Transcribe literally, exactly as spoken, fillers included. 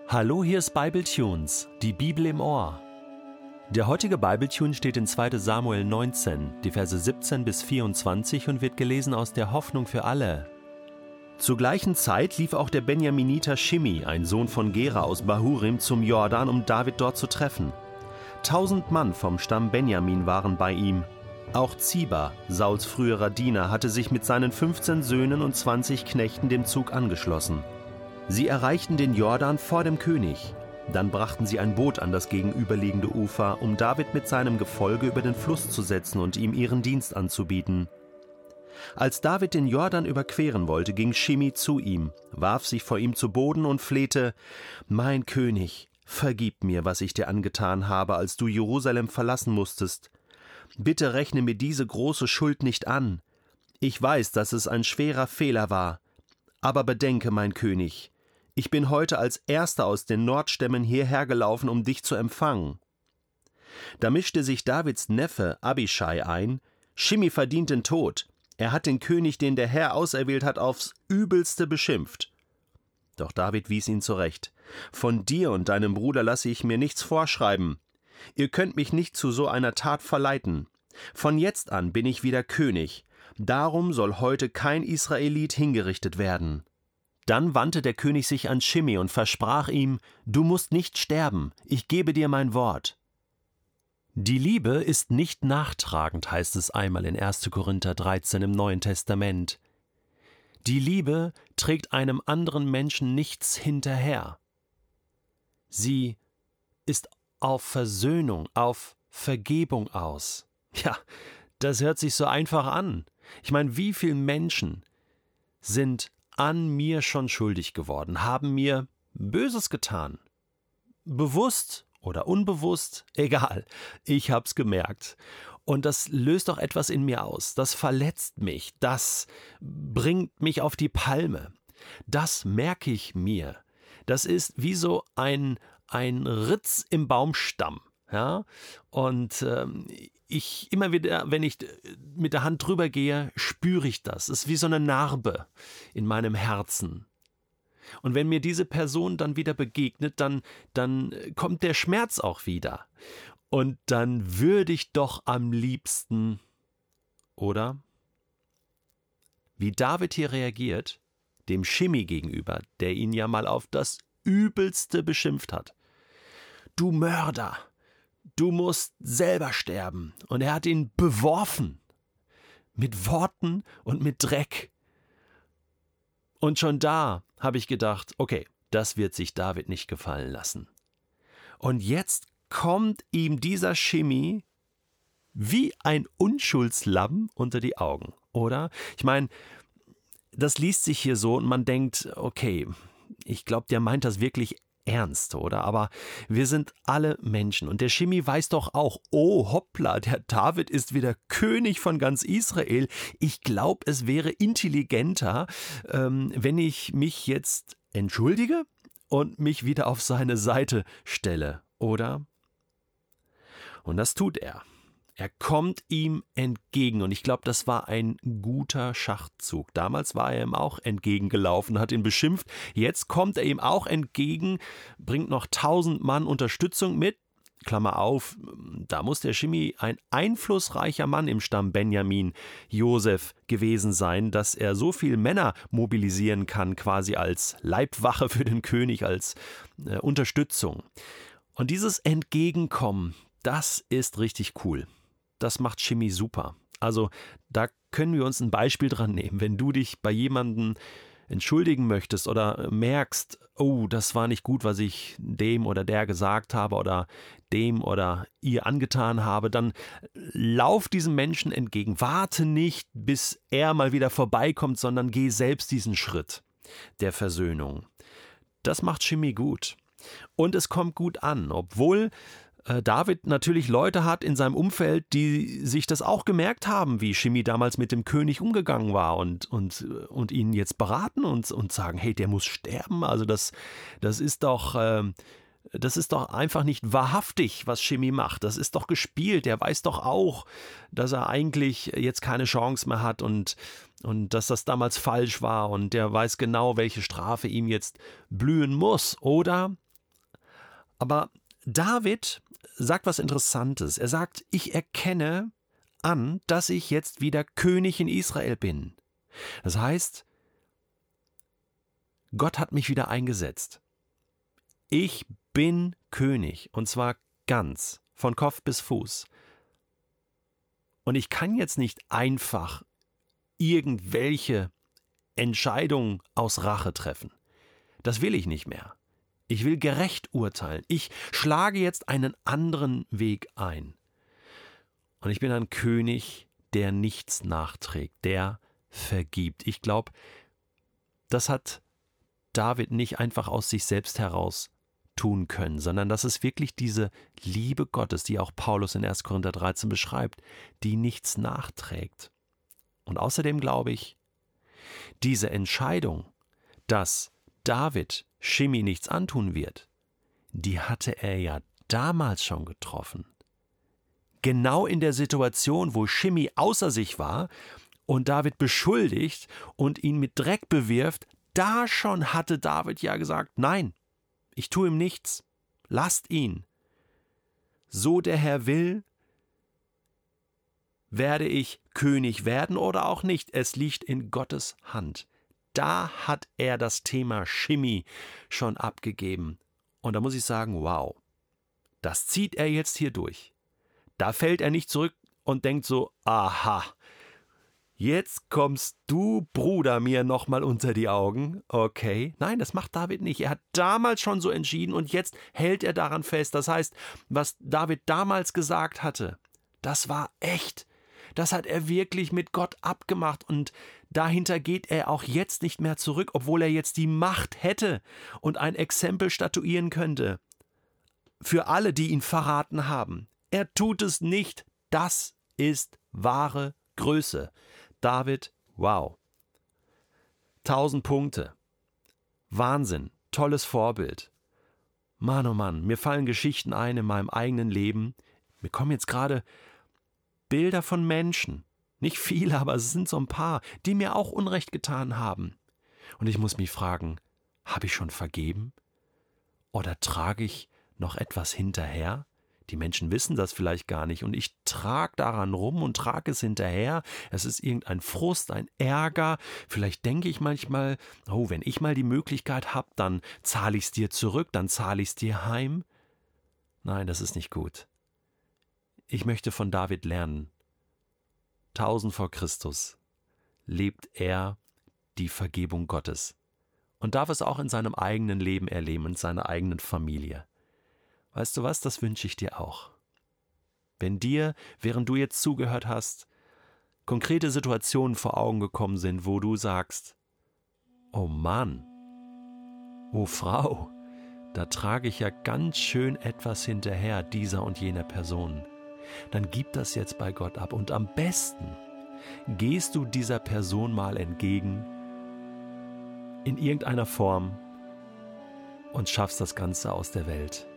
Hallo, hier ist Bibletunes, die Bibel im Ohr. Der heutige Bibletune steht in zweiter Samuel neunzehn, die Verse siebzehn bis vierundzwanzig und wird gelesen aus der Hoffnung für alle. Zur gleichen Zeit lief auch der Benjaminiter Shimei, ein Sohn von Gera aus Bahurim, zum Jordan, um David dort zu treffen. Tausend Mann vom Stamm Benjamin waren bei ihm. Auch Ziba, Sauls früherer Diener, hatte sich mit seinen fünfzehn Söhnen und zwanzig Knechten dem Zug angeschlossen. Sie erreichten den Jordan vor dem König. Dann brachten sie ein Boot an das gegenüberliegende Ufer, um David mit seinem Gefolge über den Fluss zu setzen und ihm ihren Dienst anzubieten. Als David den Jordan überqueren wollte, ging Shimei zu ihm, warf sich vor ihm zu Boden und flehte: »Mein König, vergib mir, was ich dir angetan habe, als du Jerusalem verlassen musstest. Bitte rechne mir diese große Schuld nicht an. Ich weiß, dass es ein schwerer Fehler war. Aber bedenke, mein König, ich bin heute als Erster aus den Nordstämmen hierher gelaufen, um dich zu empfangen.« Da mischte sich Davids Neffe Abischai ein: »Shimei verdient den Tod. Er hat den König, den der Herr auserwählt hat, aufs Übelste beschimpft.« Doch David wies ihn zurecht: »Von dir und deinem Bruder lasse ich mir nichts vorschreiben. Ihr könnt mich nicht zu so einer Tat verleiten. Von jetzt an bin ich wieder König. Darum soll heute kein Israelit hingerichtet werden.« Dann wandte der König sich an Shimei und versprach ihm: »Du musst nicht sterben, ich gebe dir mein Wort.« Die Liebe ist nicht nachtragend, heißt es einmal in erster Korinther dreizehn im Neuen Testament. Die Liebe trägt einem anderen Menschen nichts hinterher. Sie ist auf Versöhnung, auf Vergebung aus. Ja, das hört sich so einfach an. Ich meine, wie viele Menschen sind an mir schon schuldig geworden, haben mir Böses getan. Bewusst oder unbewusst, egal, ich hab's gemerkt. Und das löst doch etwas in mir aus, das verletzt mich, das bringt mich auf die Palme. Das merke ich mir. Das ist wie so ein, ein Ritz im Baumstamm. Ja? Und ähm, ich immer wieder, wenn ich mit der Hand drüber gehe, spüre ich das. Es ist wie so eine Narbe in meinem Herzen. Und wenn mir diese Person dann wieder begegnet, dann, dann kommt der Schmerz auch wieder. Und dann würde ich doch am liebsten, oder? Wie David hier reagiert, dem Shimei gegenüber, der ihn ja mal auf das Übelste beschimpft hat. »Du Mörder! Du musst selber sterben.« Und er hat ihn beworfen. Mit Worten und mit Dreck. Und schon da habe ich gedacht, okay, das wird sich David nicht gefallen lassen. Und jetzt kommt ihm dieser Shimei wie ein Unschuldslamm unter die Augen, oder? Ich meine, das liest sich hier so und man denkt, okay, ich glaube, der meint das wirklich ernst, oder? Aber wir sind alle Menschen und der Shimei weiß doch auch, oh hoppla, der David ist wieder König von ganz Israel. Ich glaube, es wäre intelligenter, ähm, wenn ich mich jetzt entschuldige und mich wieder auf seine Seite stelle, oder? Und das tut er. Er kommt ihm entgegen und ich glaube, das war ein guter Schachzug. Damals war er ihm auch entgegengelaufen, hat ihn beschimpft. Jetzt kommt er ihm auch entgegen, bringt noch tausend Mann Unterstützung mit. Klammer auf, da muss der Shimei ein einflussreicher Mann im Stamm Benjamin, Josef, gewesen sein, dass er so viele Männer mobilisieren kann, quasi als Leibwache für den König, als äh, Unterstützung. Und dieses Entgegenkommen, das ist richtig cool. Das macht Shimei super. Also da können wir uns ein Beispiel dran nehmen. Wenn du dich bei jemandem entschuldigen möchtest oder merkst, oh, das war nicht gut, was ich dem oder der gesagt habe oder dem oder ihr angetan habe, dann lauf diesem Menschen entgegen. Warte nicht, bis er mal wieder vorbeikommt, sondern geh selbst diesen Schritt der Versöhnung. Das macht Shimei gut. Und es kommt gut an, obwohl David natürlich Leute hat in seinem Umfeld, die sich das auch gemerkt haben, wie Shimei damals mit dem König umgegangen war und, und, und ihn jetzt beraten und, und sagen, hey, der muss sterben. Also das, das ist doch, äh, das ist doch einfach nicht wahrhaftig, was Shimei macht. Das ist doch gespielt. Der weiß doch auch, dass er eigentlich jetzt keine Chance mehr hat und, und dass das damals falsch war und der weiß genau, welche Strafe ihm jetzt blühen muss, oder? Aber David sagt was Interessantes. Er sagt, ich erkenne an, dass ich jetzt wieder König in Israel bin. Das heißt, Gott hat mich wieder eingesetzt. Ich bin König, und zwar ganz, von Kopf bis Fuß. Und ich kann jetzt nicht einfach irgendwelche Entscheidungen aus Rache treffen. Das will ich nicht mehr. Ich will gerecht urteilen. Ich schlage jetzt einen anderen Weg ein. Und ich bin ein König, der nichts nachträgt, der vergibt. Ich glaube, das hat David nicht einfach aus sich selbst heraus tun können, sondern das ist wirklich diese Liebe Gottes, die auch Paulus in erster Korinther dreizehn beschreibt, die nichts nachträgt. Und außerdem glaube ich, diese Entscheidung, dass David Shimei nichts antun wird, die hatte er ja damals schon getroffen. Genau in der Situation, wo Shimei außer sich war und David beschuldigt und ihn mit Dreck bewirft, da schon hatte David ja gesagt, nein, ich tue ihm nichts, lasst ihn. So der Herr will, werde ich König werden oder auch nicht, es liegt in Gottes Hand. Da hat er das Thema Shimei schon abgegeben. Und da muss ich sagen, wow, das zieht er jetzt hier durch. Da fällt er nicht zurück und denkt so, aha, jetzt kommst du, Bruder, mir nochmal unter die Augen. Okay, nein, das macht David nicht. Er hat damals schon so entschieden und jetzt hält er daran fest. Das heißt, was David damals gesagt hatte, das war echt. Das hat er wirklich mit Gott abgemacht und dahinter geht er auch jetzt nicht mehr zurück, obwohl er jetzt die Macht hätte und ein Exempel statuieren könnte für alle, die ihn verraten haben. Er tut es nicht. Das ist wahre Größe. David, wow. Tausend Punkte. Wahnsinn. Tolles Vorbild. Mann, oh Mann, mir fallen Geschichten ein in meinem eigenen Leben. Mir kommen jetzt gerade Bilder von Menschen, nicht viele, aber es sind so ein paar, die mir auch Unrecht getan haben. Und ich muss mich fragen, habe ich schon vergeben? Oder trage ich noch etwas hinterher? Die Menschen wissen das vielleicht gar nicht und ich trage daran rum und trage es hinterher. Es ist irgendein Frust, ein Ärger. Vielleicht denke ich manchmal, oh, wenn ich mal die Möglichkeit habe, dann zahle ich es dir zurück, dann zahle ich es dir heim. Nein, das ist nicht gut. Ich möchte von David lernen. Tausend vor Christus lebt er die Vergebung Gottes und darf es auch in seinem eigenen Leben erleben, in seiner eigenen Familie. Weißt du was, das wünsche ich dir auch. Wenn dir, während du jetzt zugehört hast, konkrete Situationen vor Augen gekommen sind, wo du sagst, oh Mann, oh Frau, da trage ich ja ganz schön etwas hinterher dieser und jener Person, dann gib das jetzt bei Gott ab und am besten gehst du dieser Person mal entgegen in irgendeiner Form und schaffst das Ganze aus der Welt.